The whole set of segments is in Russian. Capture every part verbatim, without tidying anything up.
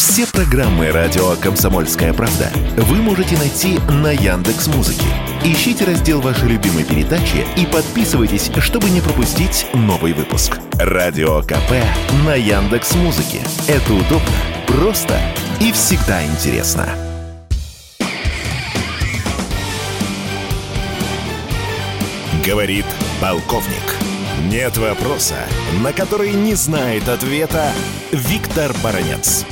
Все программы радио «Комсомольская правда» вы можете найти на Яндекс.Музыке. Ищите раздел вашей любимой передачи и подписывайтесь, чтобы не пропустить новый выпуск. Радио КП на Яндекс.Музыке. Это удобно, просто и всегда интересно. Говорит полковник. Нет вопроса, на который не знает ответа Виктор Баранец.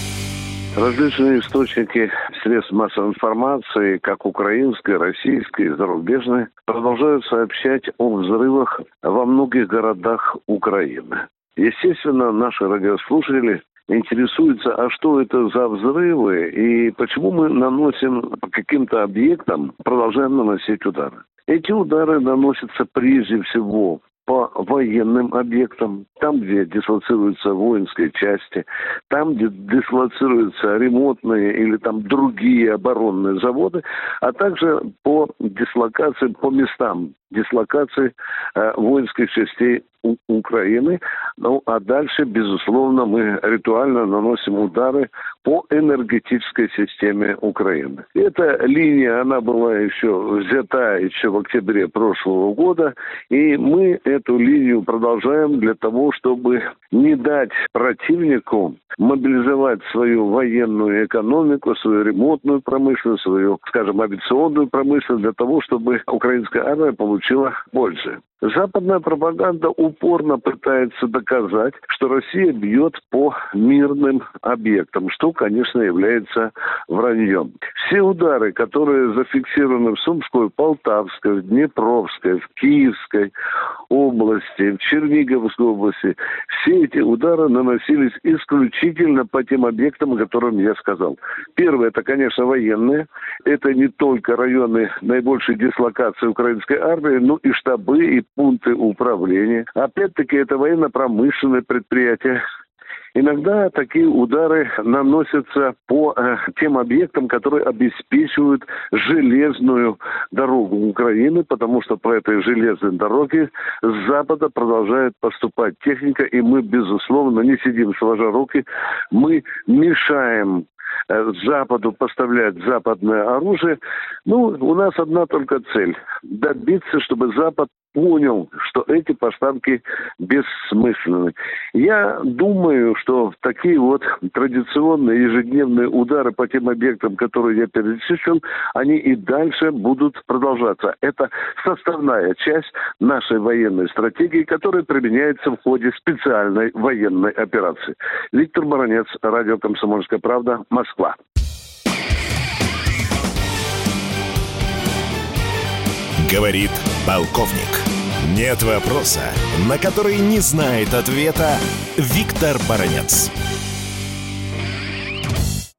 Различные источники средств массовой информации, как украинской, российской и зарубежной, продолжают сообщать о взрывах во многих городах Украины. Естественно, наши радиослушатели интересуются, а что это за взрывы и почему мы наносим по каким-то объектам, продолжаем наносить удары. Эти удары наносятся прежде всего по военным объектам, там, где дислоцируются воинские части, там, где дислоцируются ремонтные или там другие оборонные заводы, а также по дислокации, по местам дислокации э, воинских частей у- Украины. Ну, а дальше, безусловно, мы ритуально наносим удары по энергетической системе Украины. Эта линия, она была еще взята еще в октябре прошлого года, и мы эту линию продолжаем для того, чтобы не дать противнику мобилизовать свою военную экономику, свою ремонтную промышленность, свою, скажем, авиационную промышленность для того, чтобы украинская армия получила больше. Западная пропаганда упорно пытается доказать, что Россия бьет по мирным объектам, что, конечно, является враньем. Все удары, которые зафиксированы в Сумской, Полтавской, в Днепровской, в Киевской области, в Черниговской области, все эти удары наносились исключительно по тем объектам, о которых я сказал. Первое, это, конечно, военные. Это не только районы наибольшей дислокации украинской армии, но и штабы, и пункты управления. Опять-таки, это военно-промышленные предприятия. Иногда такие удары наносятся по э, тем объектам, которые обеспечивают железную дорогу Украины, потому что по этой железной дороге с запада продолжает поступать техника, и мы, безусловно, не сидим сложа руки, мы мешаем э, Западу поставлять западное оружие. Ну, у нас одна только цель – добиться, чтобы Запад понял, что эти поставки бессмысленны. Я думаю, что такие вот традиционные ежедневные удары по тем объектам, которые я перечислил, они и дальше будут продолжаться. Это составная часть нашей военной стратегии, которая применяется в ходе специальной военной операции. Виктор Баранец, радио «Комсомольская правда», Москва. Говорит полковник. Нет вопроса, на который не знает ответа Виктор Баранец.